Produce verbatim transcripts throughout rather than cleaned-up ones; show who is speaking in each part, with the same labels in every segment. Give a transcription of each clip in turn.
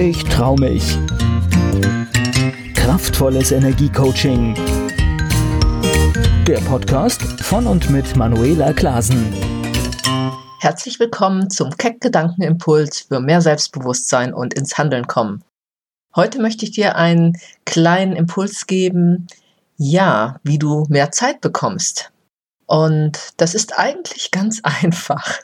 Speaker 1: Ich trau mich. Kraftvolles Energiecoaching. Der Podcast von und mit Manuela Klasen.
Speaker 2: Herzlich willkommen zum Keck-Gedankenimpuls für mehr Selbstbewusstsein und ins Handeln kommen. Heute möchte ich dir einen kleinen Impuls geben, ja, wie du mehr Zeit bekommst. Und das ist eigentlich ganz einfach.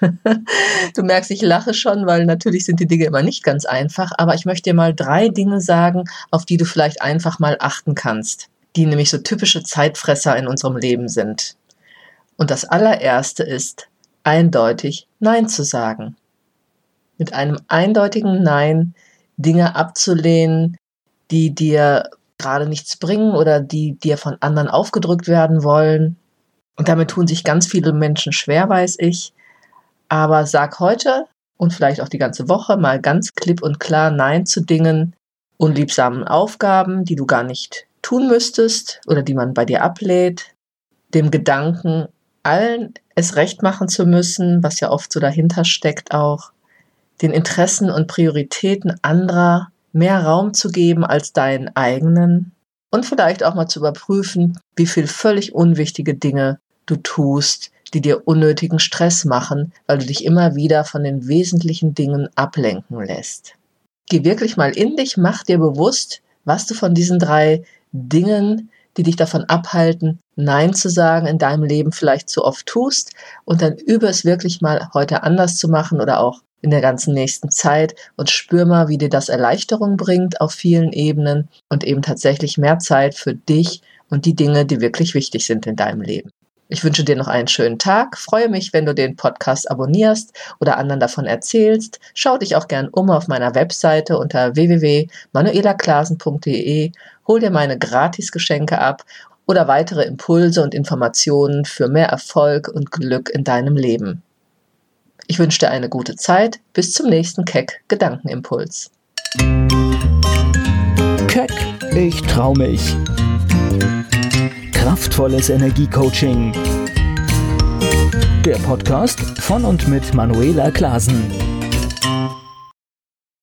Speaker 2: Du merkst, ich lache schon, weil natürlich sind die Dinge immer nicht ganz einfach, aber ich möchte dir mal drei Dinge sagen, auf die du vielleicht einfach mal achten kannst, die nämlich so typische Zeitfresser in unserem Leben sind. Und das allererste ist, eindeutig Nein zu sagen. Mit einem eindeutigen Nein Dinge abzulehnen, die dir gerade nichts bringen oder die dir von anderen aufgedrückt werden wollen. Und damit tun sich ganz viele Menschen schwer, weiß ich. Aber sag heute und vielleicht auch die ganze Woche mal ganz klipp und klar Nein zu Dingen, unliebsamen Aufgaben, die du gar nicht tun müsstest oder die man bei dir ablehnt, dem Gedanken, allen es recht machen zu müssen, was ja oft so dahinter steckt auch, den Interessen und Prioritäten anderer mehr Raum zu geben als deinen eigenen und vielleicht auch mal zu überprüfen, wie viel völlig unwichtige Dinge du tust, die dir unnötigen Stress machen, weil du dich immer wieder von den wesentlichen Dingen ablenken lässt. Geh wirklich mal in dich, mach dir bewusst, was du von diesen drei Dingen, die dich davon abhalten, Nein zu sagen, in deinem Leben vielleicht zu oft tust und dann übe es wirklich mal heute anders zu machen oder auch in der ganzen nächsten Zeit und spür mal, wie dir das Erleichterung bringt auf vielen Ebenen und eben tatsächlich mehr Zeit für dich und die Dinge, die wirklich wichtig sind in deinem Leben. Ich wünsche dir noch einen schönen Tag, freue mich, wenn du den Podcast abonnierst oder anderen davon erzählst. Schau dich auch gern um auf meiner Webseite unter w w w punkt manuela klasen punkt d e, hol dir meine Gratisgeschenke ab oder weitere Impulse und Informationen für mehr Erfolg und Glück in deinem Leben. Ich wünsche dir eine gute Zeit, bis zum nächsten Keck-Gedankenimpuls.
Speaker 1: Keck, ich trau mich. Kraftvolles Energiecoaching. Der Podcast von und mit Manuela Klasen.